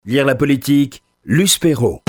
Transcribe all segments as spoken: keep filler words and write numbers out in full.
Lire la politique, Luce Perrault.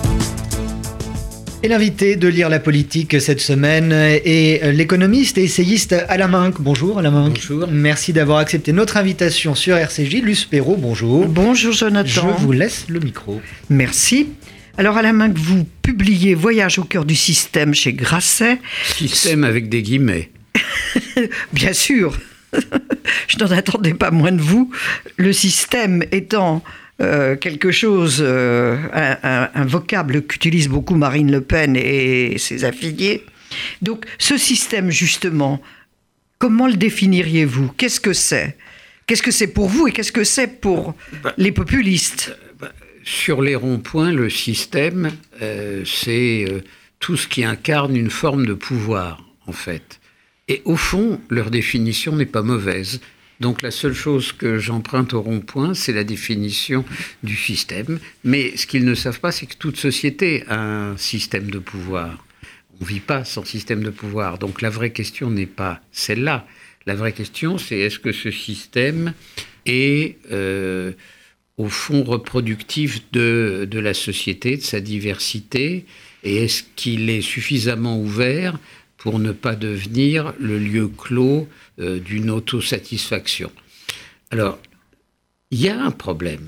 Et l'invité de Lire la politique cette semaine est l'économiste et essayiste Alain Minc. Bonjour Alain Minc. Bonjour. Merci d'avoir accepté notre invitation sur R C J. Luce Perrault, bonjour. Bonjour Jonathan. Je vous laisse le micro. Merci. Alors Alain Minc, vous publiez Voyage au cœur du système chez Grasset. Système avec des guillemets. Bien sûr. Je n'en attendais pas moins de vous. Le système étant euh, quelque chose, euh, un, un, un vocable qu'utilise beaucoup Marine Le Pen et ses affiliés. Donc ce système justement, comment le définiriez-vous ? Qu'est-ce que c'est ? Qu'est-ce que c'est pour vous et qu'est-ce que c'est pour bah, les populistes ? bah, Sur les ronds-points, le système, euh, c'est euh, tout ce qui incarne une forme de pouvoir, en fait. Et au fond, leur définition n'est pas mauvaise. Donc la seule chose que j'emprunte au rond-point, c'est la définition du système. Mais ce qu'ils ne savent pas, c'est que toute société a un système de pouvoir. On ne vit pas sans système de pouvoir. Donc la vraie question n'est pas celle-là. La vraie question, c'est est-ce que ce système est, euh, au fond, reproductif de, de la société, de sa diversité, et est-ce qu'il est suffisamment ouvert pour ne pas devenir le lieu clos euh, d'une autosatisfaction. Alors, il y a un problème.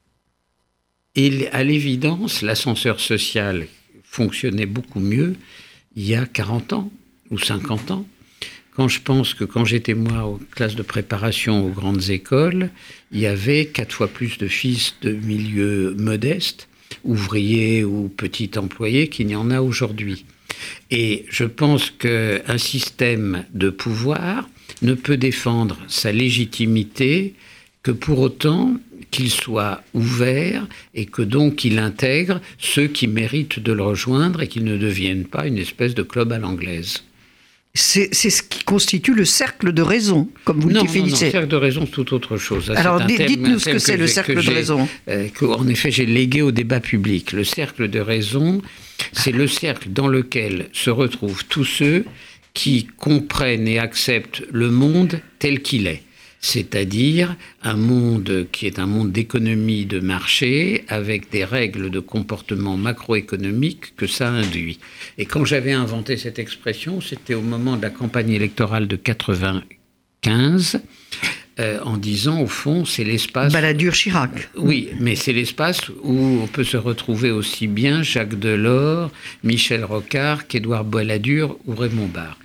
Et à l'évidence, l'ascenseur social fonctionnait beaucoup mieux il y a quarante ans ou cinquante ans. Quand je pense que quand j'étais moi aux classes de préparation aux grandes écoles, il y avait quatre fois plus de fils de milieux modestes, ouvriers ou petits employés, qu'il n'y en a aujourd'hui. Et je pense qu'un système de pouvoir ne peut défendre sa légitimité que pour autant qu'il soit ouvert et que donc il intègre ceux qui méritent de le rejoindre et qu'il ne devienne pas une espèce de club à l'anglaise. C'est, c'est ce qui constitue le cercle de raison, comme vous non, le définissez. Non, non, le cercle de raison, c'est tout autre chose. Ça, Alors, c'est un thème, dites-nous un ce que thème c'est que le cercle de raison. Euh, en effet, j'ai légué au débat public. Le cercle de raison, c'est le cercle dans lequel se retrouvent tous ceux qui comprennent et acceptent le monde tel qu'il est. C'est-à-dire un monde qui est un monde d'économie de marché avec des règles de comportement macroéconomique que ça induit. Et quand j'avais inventé cette expression, c'était au moment de la campagne électorale de quatre-vingt-quinze, euh, en disant, au fond, c'est l'espace... Balladur-Chirac. Oui, mais c'est l'espace où on peut se retrouver aussi bien Jacques Delors, Michel Rocard qu'Édouard Balladur ou Raymond Barre.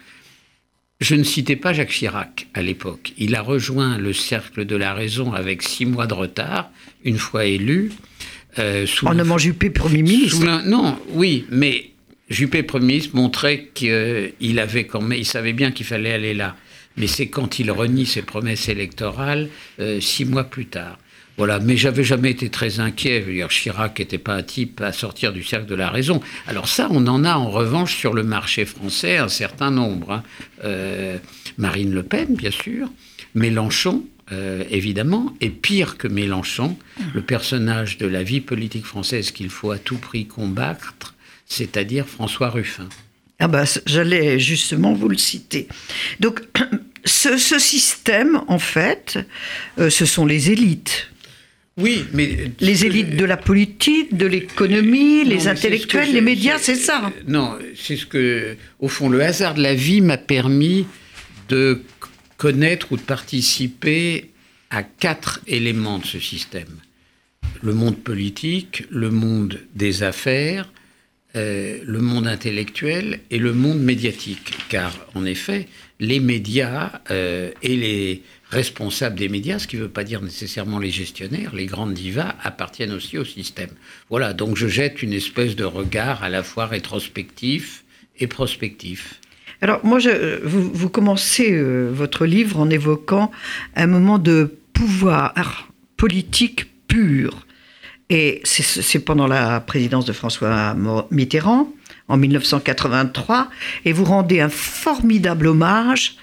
Je ne citais pas Jacques Chirac à l'époque. Il a rejoint le cercle de la raison avec six mois de retard, une fois élu. Euh, en nommant Juppé Premier ministre. Non, oui, mais Juppé Premier ministre montrait qu'il avait quand même, il savait bien qu'il fallait aller là. Mais c'est quand il renie ses promesses électorales euh, six mois plus tard. Voilà, mais j'avais jamais été très inquiet. Je veux dire, Chirac n'était pas un type à sortir du cercle de la raison. Alors ça, on en a en revanche sur le marché français un certain nombre. Hein. Euh, Marine Le Pen, bien sûr, Mélenchon, euh, évidemment, et pire que Mélenchon, le personnage de la vie politique française qu'il faut à tout prix combattre, c'est-à-dire François Ruffin. Ah bah, j'allais justement vous le citer. Donc, ce, ce système, en fait, euh, ce sont les élites. Oui, mais... Les élites de la politique, de l'économie, non, les intellectuels, les médias, c'est, c'est ça. Non, c'est ce que, au fond, le hasard de la vie m'a permis de connaître ou de participer à quatre éléments de ce système. Le monde politique, le monde des affaires, euh, le monde intellectuel et le monde médiatique. Car, en effet, les médias euh, et les responsables des médias, ce qui ne veut pas dire nécessairement les gestionnaires, les grandes divas, appartiennent aussi au système. Voilà, donc je jette une espèce de regard à la fois rétrospectif et prospectif. Alors, moi, je, vous, vous commencez euh, votre livre en évoquant un moment de pouvoir politique pur. Et c'est, c'est pendant la présidence de François Mitterrand, en dix-neuf cent quatre-vingt-trois, et vous rendez un formidable hommage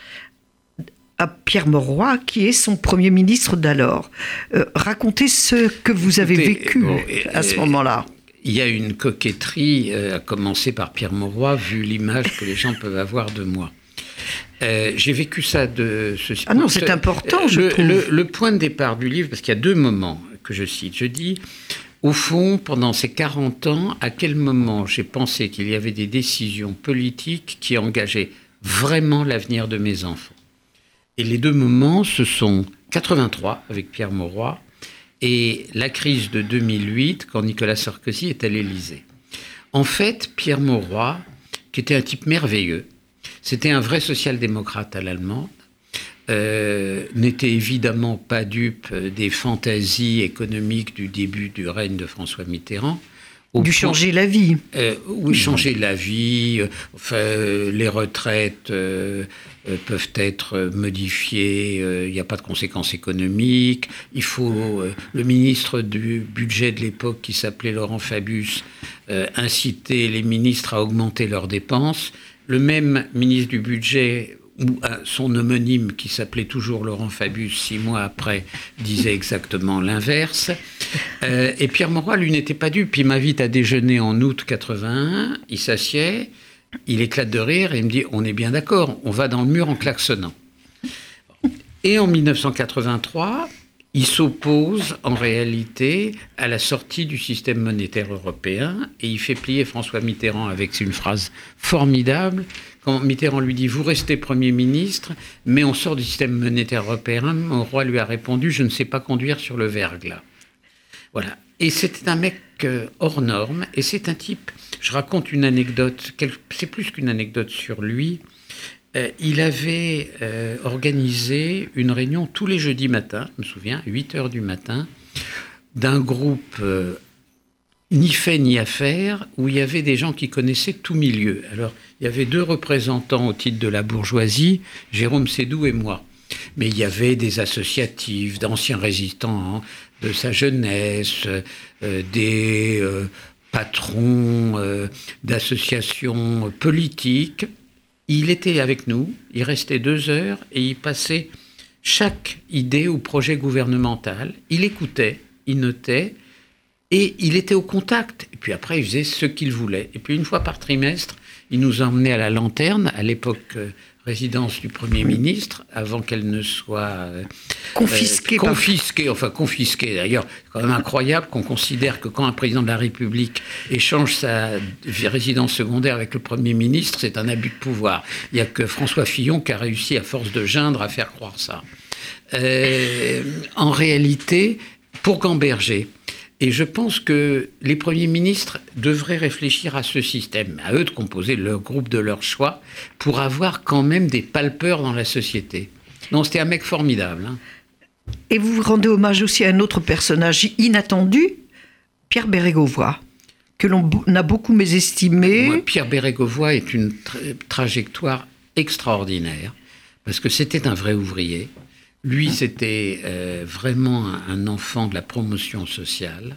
à Pierre Mauroy, qui est son Premier ministre d'alors. Euh, racontez ce que vous avez Écoutez, vécu bon, à ce euh, moment-là. Il y a une coquetterie, euh, à commencer par Pierre Mauroy, vu l'image que les gens peuvent avoir de moi. Euh, j'ai vécu ça de ce... Ah non, c'est important, je le, trouve. Le, le point de départ du livre, parce qu'il y a deux moments que je cite. Je dis, Au fond, pendant ces quarante ans, à quel moment j'ai pensé qu'il y avait des décisions politiques qui engageaient vraiment l'avenir de mes enfants? Et les deux moments, ce sont quatre-vingt-trois avec Pierre Mauroy et la crise de deux mille huit quand Nicolas Sarkozy est à l'Élysée. En fait, Pierre Mauroy, qui était un type merveilleux, c'était un vrai social-démocrate à l'allemande, euh, n'était évidemment pas dupe des fantaisies économiques du début du règne de François Mitterrand. Au du point, changer la vie. Euh, oui, changer la vie. Euh, enfin, euh, les retraites euh, euh, peuvent être modifiées. Il euh, n'y a pas de conséquences économiques. Il faut euh, le ministre du budget de l'époque, qui s'appelait Laurent Fabius, euh, inciter les ministres à augmenter leurs dépenses. Le même ministre du budget, ou son homonyme, qui s'appelait toujours Laurent Fabius, six mois après, disait exactement l'inverse. Euh, et Pierre Mauroy, lui, n'était pas dupe. Il m'invite à déjeuner en août quatre-vingt-un, il s'assied, il éclate de rire et il me dit « On est bien d'accord, on va dans le mur en klaxonnant ». Et en dix-neuf cent quatre-vingt-trois, il s'oppose en réalité à la sortie du système monétaire européen et il fait plier François Mitterrand avec une phrase formidable. Quand Mitterrand lui dit « Vous restez Premier ministre, mais on sort du système monétaire européen », Mauroy lui a répondu « Je ne sais pas conduire sur le verglas ». Voilà. Et c'était un mec euh, hors norme, et c'est un type, je raconte une anecdote, c'est plus qu'une anecdote sur lui. Euh, il avait euh, organisé une réunion tous les jeudis matins, je me souviens, huit heures du matin, d'un groupe euh, ni fait ni à faire, où il y avait des gens qui connaissaient tout milieu. Alors, il y avait deux représentants au titre de la bourgeoisie, Jérôme Sédou et moi. Mais il y avait des associatifs, d'anciens résistants de sa jeunesse, euh, des euh, patrons euh, d'associations politiques. Il était avec nous, il restait deux heures et il passait chaque idée ou projet gouvernemental. Il écoutait, il notait et il était au contact. Et puis après, il faisait ce qu'il voulait. Et puis une fois par trimestre, il nous emmenait à la Lanterne, à l'époque euh, résidence du Premier ministre, avant qu'elle ne soit euh, confisquée. Euh, confisquée, par... enfin confisquée. D'ailleurs, c'est quand même incroyable qu'on considère que quand un président de la République échange sa résidence secondaire avec le Premier ministre, c'est un abus de pouvoir. Il n'y a que François Fillon qui a réussi, à force de geindre, à faire croire ça. Euh, en réalité, pour Gamberger, et je pense que les premiers ministres devraient réfléchir à ce système, à eux de composer le groupe de leur choix, pour avoir quand même des palpeurs dans la société. Non, c'était un mec formidable. Hein. Et vous vous rendez hommage aussi à un autre personnage inattendu, Pierre Bérégovoy, que l'on a beaucoup mésestimé. Moi, Pierre Bérégovoy est une tra- trajectoire extraordinaire, parce que c'était un vrai ouvrier. Lui, c'était euh, vraiment un, un enfant de la promotion sociale.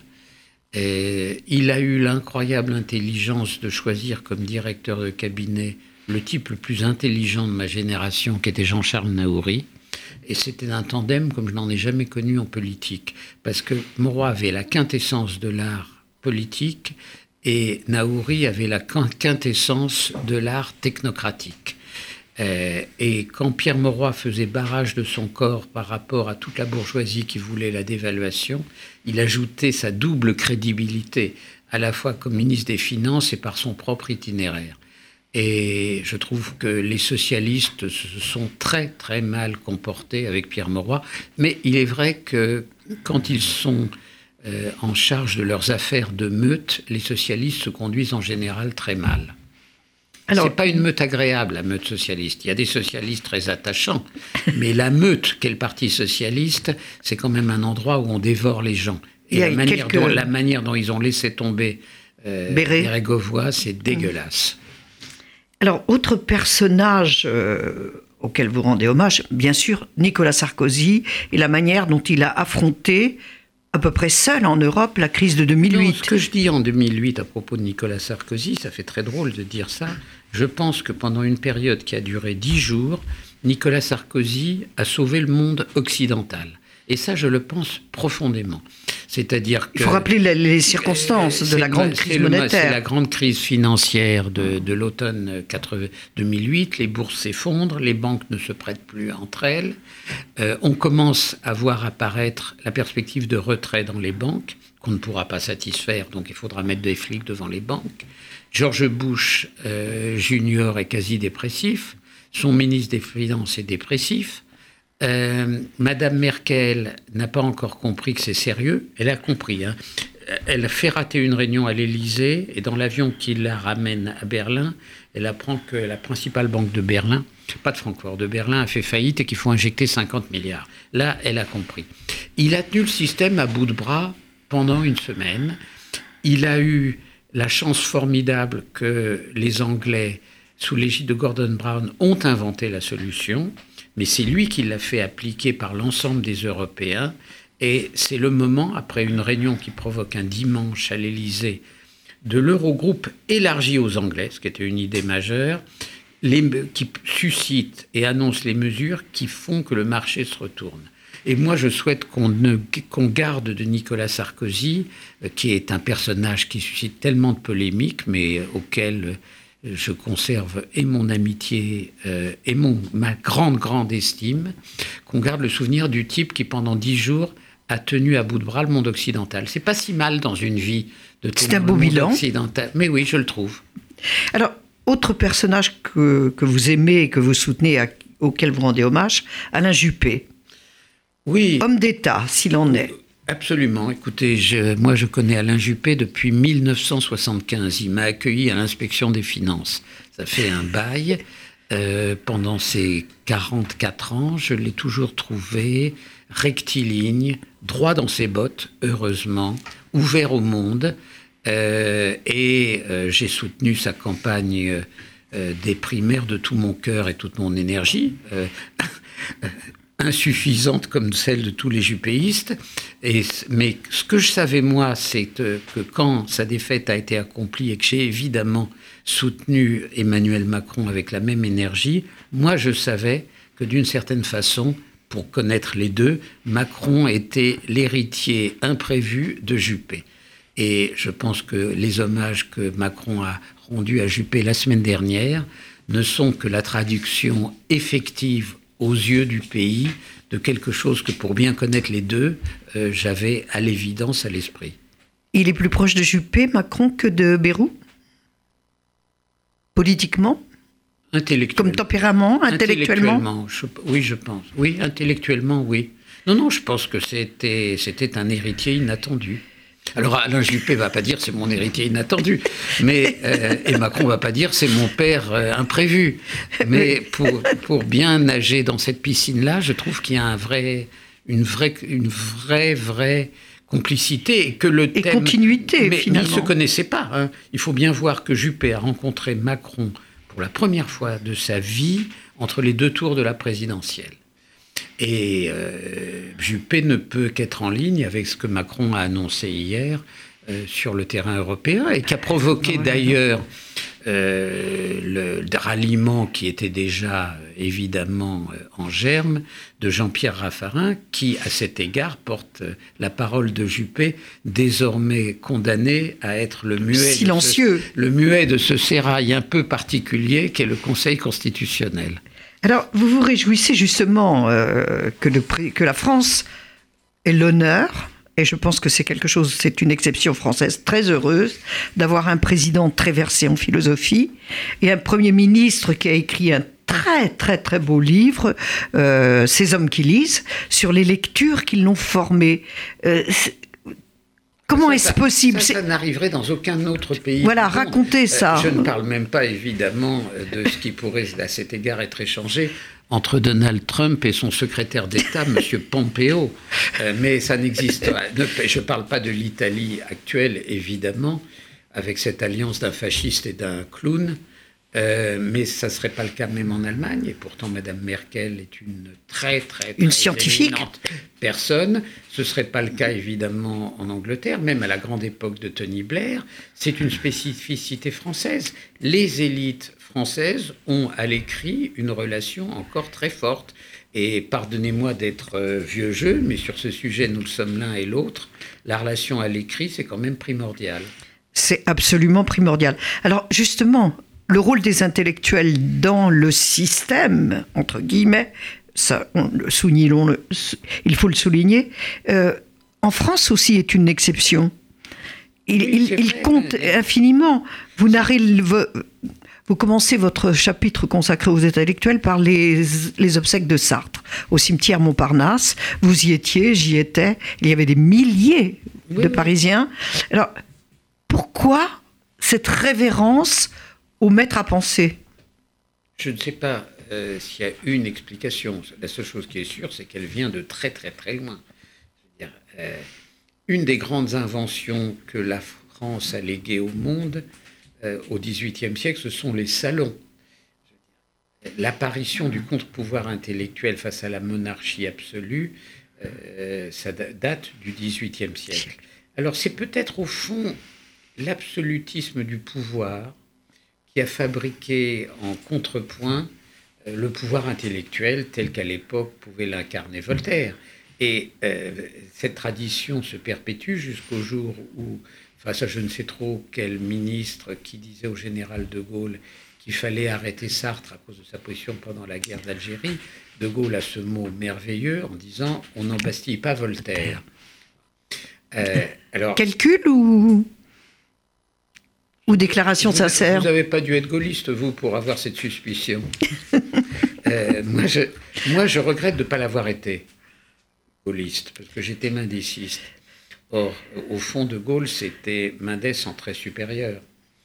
Et il a eu l'incroyable intelligence de choisir comme directeur de cabinet le type le plus intelligent de ma génération, qui était Jean-Charles Naouri. Et c'était un tandem comme je n'en ai jamais connu en politique. Parce que Mauroy avait la quintessence de l'art politique et Naouri avait la quintessence de l'art technocratique. Euh, et quand Pierre Mauroy faisait barrage de son corps par rapport à toute la bourgeoisie qui voulait la dévaluation, il ajoutait sa double crédibilité, à la fois comme ministre des Finances et par son propre itinéraire. Et je trouve que les socialistes se sont très très mal comportés avec Pierre Mauroy, mais il est vrai que quand ils sont euh, en charge de leurs affaires de meute, les socialistes se conduisent en général très mal. Alors, c'est pas une meute agréable, la meute socialiste. Il y a des socialistes très attachants, mais la meute qu'est le Parti socialiste, c'est quand même un endroit où on dévore les gens. Et la manière, quelques... dont, la manière dont ils ont laissé tomber euh, Bérégovoy, c'est dégueulasse. Alors, autre personnage euh, auquel vous rendez hommage, bien sûr, Nicolas Sarkozy, et la manière dont il a affronté, à peu près seul en Europe, la crise de deux mille huit. Non, ce que je dis en deux mille huit à propos de Nicolas Sarkozy, ça fait très drôle de dire ça. Je pense que pendant une période qui a duré dix jours, Nicolas Sarkozy a sauvé le monde occidental. Et ça, je le pense profondément. C'est-à-dire que... Il faut rappeler la, les circonstances de la grande crise monétaire. C'est la grande crise financière de, de l'automne deux mille huit. Les bourses s'effondrent, les banques ne se prêtent plus entre elles. Euh, on commence à voir apparaître la perspective de retrait dans les banques, qu'on ne pourra pas satisfaire, donc il faudra mettre des flics devant les banques. George Bush euh, junior est quasi dépressif. Son ministre des Finances est dépressif. Euh, Madame Merkel n'a pas encore compris que c'est sérieux. Elle a compris. Hein. Elle fait rater une réunion à l'Élysée et dans l'avion qui la ramène à Berlin, elle apprend que la principale banque de Berlin, pas de Francfort, de Berlin, a fait faillite et qu'il faut injecter cinquante milliards. Là, elle a compris. Il a tenu le système à bout de bras pendant une semaine. Il a eu la chance formidable que les Anglais, sous l'égide de Gordon Brown, ont inventé la solution. Mais c'est lui qui l'a fait appliquer par l'ensemble des Européens. Et c'est le moment, après une réunion qui provoque un dimanche à l'Élysée, de l'Eurogroupe élargi aux Anglais, ce qui était une idée majeure, les, qui suscite et annonce les mesures qui font que le marché se retourne. Et moi, je souhaite qu'on, ne, qu'on garde de Nicolas Sarkozy, qui est un personnage qui suscite tellement de polémiques, mais auquel... je conserve et mon amitié euh, et mon, ma grande, grande estime, qu'on garde le souvenir du type qui, pendant dix jours, a tenu à bout de bras le monde occidental. C'est pas si mal dans une vie de tenir le monde occidental. Mais oui, je le trouve. Alors, autre personnage que, que vous aimez et que vous soutenez, à, auquel vous rendez hommage, Alain Juppé. Oui. Homme d'État, s'il en est. Absolument. Écoutez, je, moi je connais Alain Juppé depuis mille neuf cent soixante-quinze. Il m'a accueilli à l'inspection des finances. Ça fait un bail. Euh, pendant ces quarante-quatre ans, je l'ai toujours trouvé rectiligne, droit dans ses bottes, heureusement, ouvert au monde. Euh, et euh, j'ai soutenu sa campagne euh, des primaires de tout mon cœur et toute mon énergie. Euh, insuffisante comme celle de tous les juppéistes. Et, mais ce que je savais, moi, c'est que, que quand sa défaite a été accomplie et que j'ai évidemment soutenu Emmanuel Macron avec la même énergie, moi, je savais que d'une certaine façon, pour connaître les deux, Macron était l'héritier imprévu de Juppé. Et je pense que les hommages que Macron a rendus à Juppé la semaine dernière ne sont que la traduction effective aux yeux du pays, de quelque chose que, pour bien connaître les deux, euh, j'avais à l'évidence à l'esprit. Il est plus proche de Juppé, Macron, que de Bayrou ? Politiquement ? Intellectuellement. Comme tempérament, intellectuellement, intellectuellement je, Oui, je pense. Oui, intellectuellement, oui. Non, non, je pense que c'était, c'était un héritier inattendu. Alors Alain Juppé va pas dire c'est mon héritier inattendu, mais euh, et Macron va pas dire c'est mon père euh, imprévu. Mais pour pour bien nager dans cette piscine-là, je trouve qu'il y a un vrai, une vraie, une vraie, vraie complicité et que le et thème. continuité mais, finalement. Mais ils se connaissaient pas. Hein. Il faut bien voir que Juppé a rencontré Macron pour la première fois de sa vie entre les deux tours de la présidentielle. Et euh, Juppé ne peut qu'être en ligne avec ce que Macron a annoncé hier euh, sur le terrain européen et qui a provoqué non, d'ailleurs euh, le, le ralliement qui était déjà évidemment euh, en germe de Jean-Pierre Raffarin qui, à cet égard, porte euh, la parole de Juppé, désormais condamné à être le muet, silencieux. De ce, le muet de ce sérail un peu particulier qu'est le Conseil constitutionnel. Alors, vous vous réjouissez justement euh, que, le, que la France ait l'honneur, et je pense que c'est quelque chose, c'est une exception française très heureuse, d'avoir un président très versé en philosophie et un Premier ministre qui a écrit un très très très beau livre, euh, Ces hommes qui lisent, sur les lectures qui l'ont formé. Euh, Comment ça, est-ce possible ? Ça, ça n'arriverait dans aucun autre pays. Voilà, racontez ça. Je ne parle même pas, évidemment, de ce qui pourrait, à cet égard, être échangé entre Donald Trump et son secrétaire d'État, M. Pompeo. Euh, mais ça n'existe pas. Je ne parle pas de l'Italie actuelle, évidemment, avec cette alliance d'un fasciste et d'un clown. Euh, mais ça ne serait pas le cas même en Allemagne. Et pourtant, Mme Merkel est une très, très, très une scientifique personne. Ce ne serait pas le cas, évidemment, en Angleterre, même à la grande époque de Tony Blair. C'est une spécificité française. Les élites françaises ont, à l'écrit, une relation encore très forte. Et pardonnez-moi d'être euh, vieux jeu, mais sur ce sujet, nous le sommes l'un et l'autre. La relation à l'écrit, c'est quand même primordial. C'est absolument primordial. Alors justement, le rôle des intellectuels dans le système, entre guillemets, ça, on, soulignons le, il faut le souligner, euh, en France aussi est une exception. Il, oui, il, il compte mais... infiniment. Vous narrez, le, vous commencez votre chapitre consacré aux intellectuels par les, les obsèques de Sartre, au cimetière Montparnasse. Vous y étiez, j'y étais. Il y avait des milliers oui, de Parisiens. Alors, pourquoi cette révérence au maître à penser ? Je ne sais pas euh, s'il y a une explication. La seule chose qui est sûre, c'est qu'elle vient de très très très loin. Je veux dire, euh, une des grandes inventions que la France a léguées au monde euh, au dix-huitième siècle, ce sont les salons. L'apparition du contre-pouvoir intellectuel face à la monarchie absolue, euh, ça date du dix-huitième siècle. Alors c'est peut-être au fond l'absolutisme du pouvoir qui a fabriqué en contrepoint euh, le pouvoir intellectuel tel qu'à l'époque pouvait l'incarner Voltaire. Et euh, cette tradition se perpétue jusqu'au jour où, enfin ça je ne sais trop quel ministre qui disait au général de Gaulle qu'il fallait arrêter Sartre à cause de sa position pendant la guerre d'Algérie. De Gaulle a ce mot merveilleux en disant « on n'embastille pas Voltaire ». Euh, alors, calcul ou, ou déclaration vous, sincère ? Vous n'avez pas dû être gaulliste, vous, pour avoir cette suspicion. euh, moi, je, moi, je regrette de ne pas l'avoir été gaulliste, parce que j'étais mendiciste. Or, au fond, de Gaulle, c'était Mendès en trait supérieur.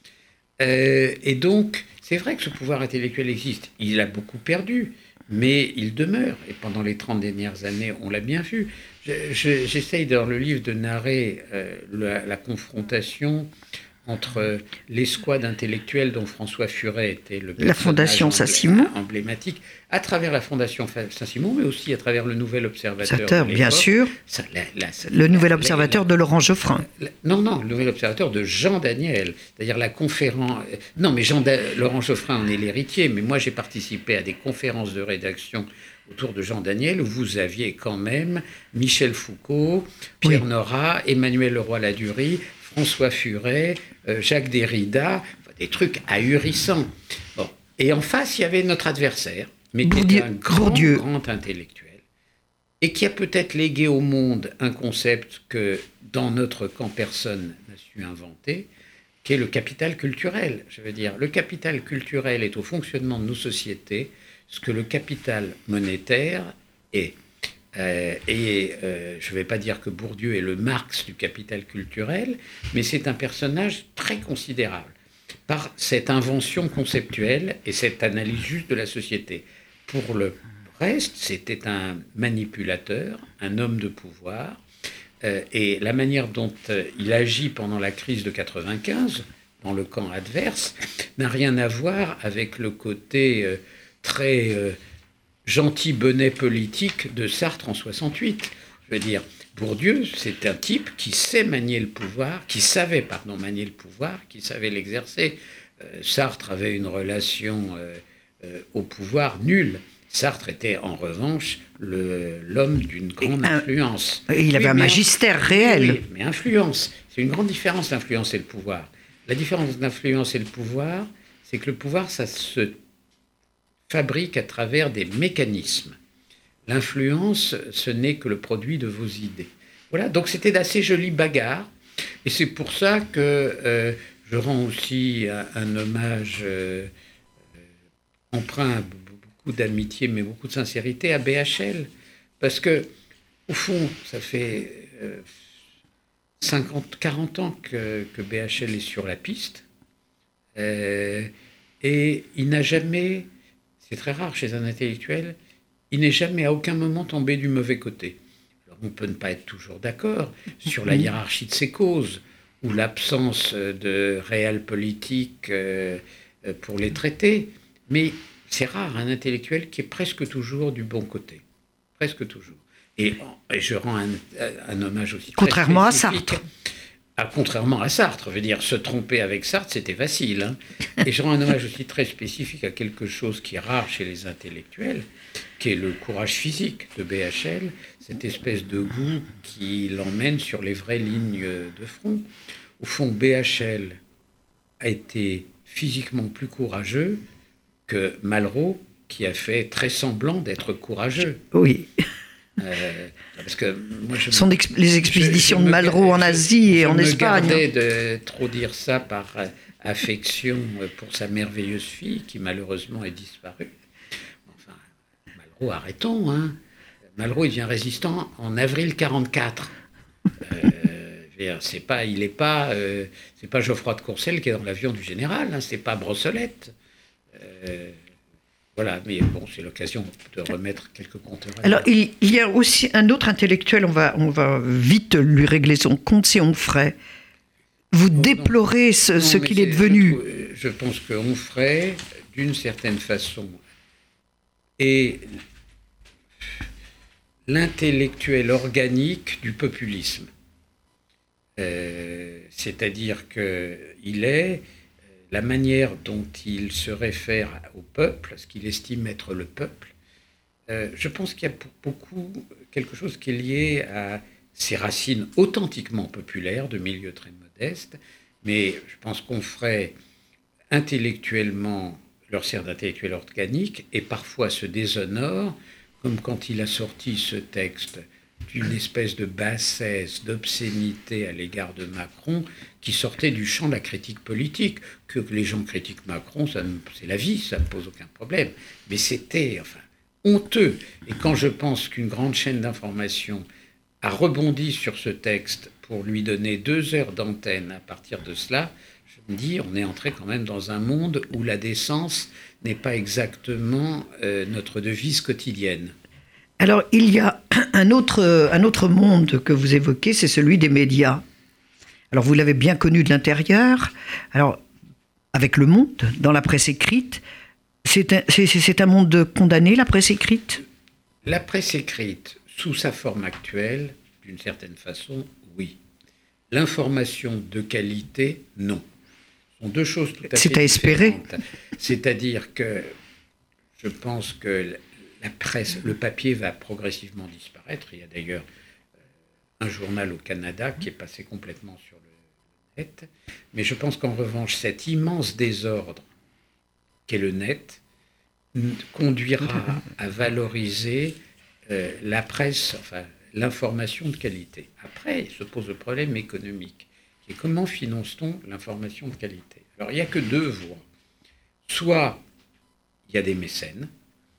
Euh, et donc, c'est vrai que ce pouvoir intellectuel existe. Il a beaucoup perdu, mais il demeure. Et pendant les trente dernières années, on l'a bien vu. Je, je, j'essaye dans le livre de narrer euh, la, la confrontation entre l'escouade intellectuelle dont François Furet était le personnage la Fondation Saint-Simon emblématique, à travers la Fondation Saint-Simon, mais aussi à travers le Nouvel Observateur. Observateur, bien sûr. Ça, la, la, ça, le Nouvel Observateur la, de Laurent Geoffrin. La, non, non, le Nouvel Observateur de Jean Daniel. C'est-à-dire la conférence... Non, mais Jean da... Laurent Geoffrin en est l'héritier, mais moi j'ai participé à des conférences de rédaction autour de Jean Daniel, où vous aviez quand même Michel Foucault, Pierre oui. Nora, Emmanuel Leroy-Ladurie, François Furet, euh, Jacques Derrida, des trucs ahurissants. Bon. Et en face, il y avait notre adversaire, mais qui était un grand, grand intellectuel, et qui a peut-être légué au monde un concept que, dans notre camp, personne n'a su inventer, qui est le capital culturel. Je veux dire, le capital culturel est au fonctionnement de nos sociétés ce que le capital monétaire est. Euh, et euh, je ne vais pas dire que Bourdieu est le Marx du capital culturel, mais c'est un personnage très considérable par cette invention conceptuelle et cette analyse juste de la société. Pour le reste, c'était un manipulateur, un homme de pouvoir, euh, et la manière dont euh, il agit pendant la crise de quatre-vingt-quinze, dans le camp adverse, n'a rien à voir avec le côté euh, très... Euh, gentil bonnet politique de Sartre en soixante-huit. Je veux dire, Bourdieu, c'est un type qui sait manier le pouvoir, qui savait, pardon, manier le pouvoir, qui savait l'exercer. Euh, Sartre avait une relation euh, euh, au pouvoir nulle. Sartre était, en revanche, le, l'homme d'une grande un, influence. Il avait oui, un magistère réel. Oui, mais influence. C'est une grande différence, l'influence et le pouvoir. La différence entre l'influence et le pouvoir, c'est que le pouvoir, ça se fabrique à travers des mécanismes. L'influence, ce n'est que le produit de vos idées. Voilà, donc c'était d'assez jolies bagarres, et c'est pour ça que euh, je rends aussi un, un hommage euh, empreint beaucoup d'amitié, mais beaucoup de sincérité à B H L, parce que, au fond, ça fait euh, cinquante, quarante ans que, que B H L est sur la piste, euh, et il n'a jamais... C'est très rare chez un intellectuel, il n'est jamais à aucun moment tombé du mauvais côté. Alors, on peut ne pas être toujours d'accord sur la hiérarchie de ses causes ou l'absence de réel politique pour les traiter, mais c'est rare un intellectuel qui est presque toujours du bon côté. Presque toujours. Et, et je rends un, un hommage aussi contrairement à Sartre. Ah, contrairement à Sartre, je veux dire, se tromper avec Sartre, c'était facile. Hein. Et je rends un hommage aussi très spécifique à quelque chose qui est rare chez les intellectuels, qui est le courage physique de B H L, cette espèce de goût qui l'emmène sur les vraies lignes de front. Au fond, B H L a été physiquement plus courageux que Malraux, qui a fait très semblant d'être courageux. Oui. Euh, parce que moi, je Sont exp- les expéditions je, je de me, Malraux en Asie et je en me Espagne. Je me gardais de trop dire ça par euh, affection pour sa merveilleuse fille, qui malheureusement est disparue. Enfin, Malraux, arrêtons. Hein. Malraux, il devient résistant en avril quarante-quatre. Euh, c'est pas, il n'est pas, euh, c'est pas Geoffroy de Courcelles qui est dans l'avion du général. Hein, c'est pas Brossolette. Euh, Voilà, mais bon, c'est l'occasion de remettre quelques compteurs. Alors, il, il y a aussi un autre intellectuel, on va, on va vite lui régler son compte, c'est Onfray. Vous oh, déplorez ce, non, ce qu'il est, est devenu. Je, je pense que Onfray, d'une certaine façon, est l'intellectuel organique du populisme. Euh, c'est-à-dire qu'il est la manière dont il se réfère au peuple, à ce qu'il estime être le peuple. Euh, je pense qu'il y a pour beaucoup quelque chose qui est lié à ses racines authentiquement populaires, de milieux très modestes, mais je pense qu'Onfray, intellectuellement, leur sert d'intellectuel organique et parfois se déshonore, comme quand il a sorti ce texte d'une espèce de bassesse, d'obscénité à l'égard de Macron qui sortait du champ de la critique politique. Que les gens critiquent Macron, ça me, c'est la vie, ça ne pose aucun problème. Mais c'était enfin, honteux. Et quand je pense qu'une grande chaîne d'information a rebondi sur ce texte pour lui donner deux heures d'antenne à partir de cela, je me dis, on est entré quand même dans un monde où la décence n'est pas exactement euh, notre devise quotidienne. Alors, il y a un autre, un autre monde que vous évoquez, c'est celui des médias. Alors, vous l'avez bien connu de l'intérieur. Alors, avec Le Monde, dans la presse écrite, c'est un, c'est, c'est un monde condamné, la presse écrite ? La presse écrite, sous sa forme actuelle, d'une certaine façon, oui. L'information de qualité, non. Ce sont deux choses tout à c'est fait à espérer. différentes. C'est-à-dire que je pense que la presse, le papier va progressivement disparaître. Il y a d'ailleurs euh, un journal au Canada qui est passé complètement sur le net. Mais je pense qu'en revanche, cet immense désordre qu'est le net conduira à valoriser euh, la presse, enfin l'information de qualité. Après, se pose le problème économique. Et comment finance-t-on l'information de qualité ? Alors, il n'y a que deux voies. Soit il y a des mécènes,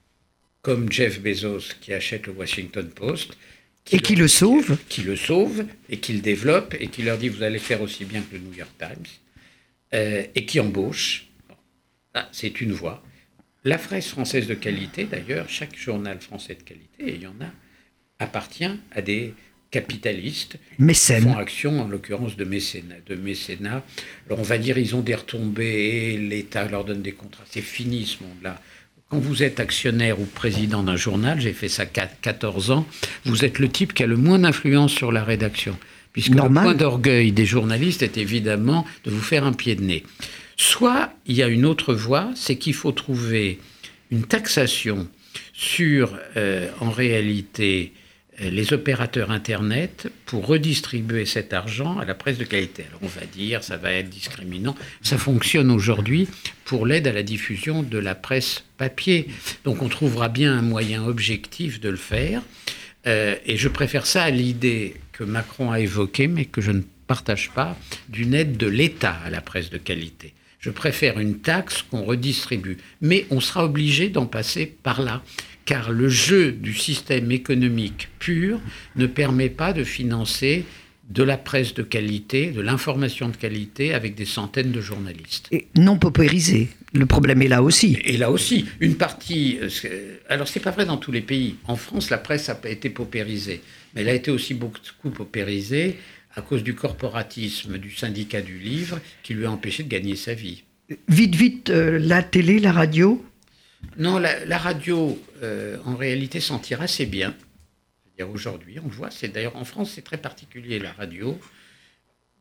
comme Jeff Bezos qui achète le Washington Post. Qui et qui le, le sauve. Qui le sauve et qui le développe et qui leur dit vous allez faire aussi bien que le New York Times. Euh, et qui embauche. Bon, là, c'est une voie. La presse française de qualité, d'ailleurs, chaque journal français de qualité, et il y en a, appartient à des capitalistes mécènes. Qui font action, en l'occurrence, de mécénat, de mécénat. Alors, on va dire ils ont des retombées, l'État leur donne des contrats. C'est fini, ce monde-là. Quand vous êtes actionnaire ou président d'un journal, j'ai fait ça quatorze ans, vous êtes le type qui a le moins d'influence sur la rédaction. Puisque Normal. Le point d'orgueil des journalistes est évidemment de vous faire un pied de nez. Soit il y a une autre voie, c'est qu'il faut trouver une taxation sur, euh, en réalité, les opérateurs Internet pour redistribuer cet argent à la presse de qualité. Alors on va dire, ça va être discriminant. Ça fonctionne aujourd'hui pour l'aide à la diffusion de la presse papier. Donc on trouvera bien un moyen objectif de le faire. Euh, et je préfère ça à l'idée que Macron a évoquée, mais que je ne partage pas, d'une aide de l'État à la presse de qualité. Je préfère une taxe qu'on redistribue. Mais on sera obligé d'en passer par là. Car le jeu du système économique pur ne permet pas de financer de la presse de qualité, de l'information de qualité avec des centaines de journalistes. Et non paupérisé. Le problème est là aussi. Et là aussi, une partie... Alors, ce n'est pas vrai dans tous les pays. En France, la presse a été paupérisée. Mais elle a été aussi beaucoup paupérisée à cause du corporatisme du syndicat du livre qui lui a empêché de gagner sa vie. Vite, vite, euh, la télé, la radio ? Non, la, la radio, euh, en réalité, s'en tire assez bien. C'est-à-dire aujourd'hui, on voit, c'est d'ailleurs en France, c'est très particulier, la radio.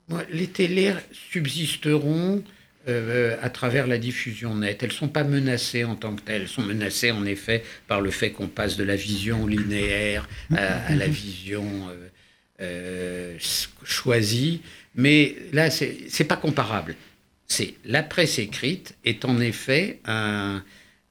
Les télés subsisteront euh, à travers la diffusion nette. Elles ne sont pas menacées en tant que telles. Elles sont menacées en effet par le fait qu'on passe de la vision linéaire à, à la vision euh, euh, choisie. Mais là, ce n'est pas comparable. C'est, la presse écrite est en effet un,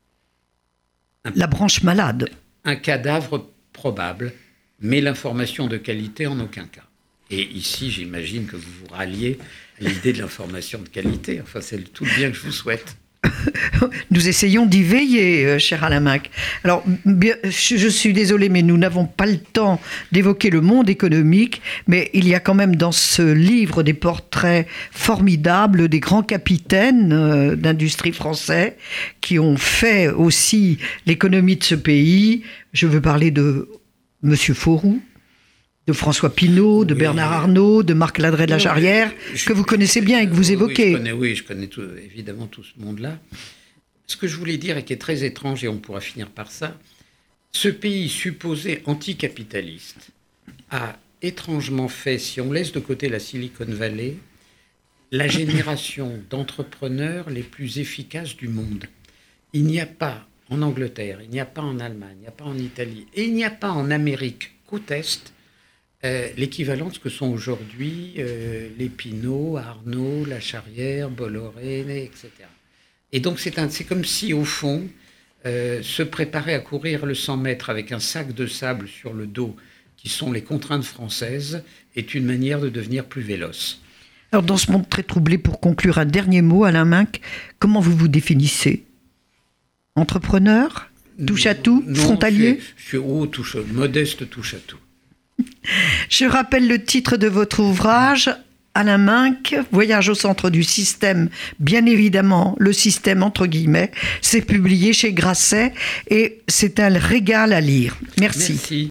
un... La branche malade. Un cadavre probable, mais l'information de qualité en aucun cas. Et ici, j'imagine que vous vous ralliez à l'idée de l'information de qualité. Enfin, c'est tout le bien que je vous souhaite. Nous essayons d'y veiller, cher Alain Minc. Alors, bien, je suis désolée, mais nous n'avons pas le temps d'évoquer le monde économique, mais il y a quand même dans ce livre des portraits formidables des grands capitaines euh, d'industrie français qui ont fait aussi l'économie de ce pays. Je veux parler de Monsieur Fauroux, de François Pinault, de oui. Bernard Arnault, de Marc Ladreit de la Charrière, je, que vous connaissez bien et que vous évoquez. Oui, je connais, oui, je connais tout, évidemment tout ce monde-là. Ce que je voulais dire et qui est très étrange, et on pourra finir par ça, ce pays supposé anticapitaliste a étrangement fait, si on laisse de côté la Silicon Valley, la génération d'entrepreneurs les plus efficaces du monde. Il n'y a pas en Angleterre, il n'y a pas en Allemagne, il n'y a pas en Italie, et il n'y a pas en Amérique côte Est, Euh, l'équivalent de ce que sont aujourd'hui euh, les Pinault, Arnault, La Charrière, Bolloré, et cetera. Et donc c'est, un, c'est comme si, au fond, euh, se préparer à courir le cent mètres avec un sac de sable sur le dos, qui sont les contraintes françaises, est une manière de devenir plus véloce. Alors dans ce monde très troublé, pour conclure un dernier mot, Alain Minc, comment vous vous définissez ? Entrepreneur ? Touche à tout ? Non, Frontalier ? Je suis, je suis oh, touche, modeste touche à tout. Je rappelle le titre de votre ouvrage, Alain Minc, Voyage au centre du système, bien évidemment, le système entre guillemets. C'est publié chez Grasset et c'est un régal à lire. Merci. Merci.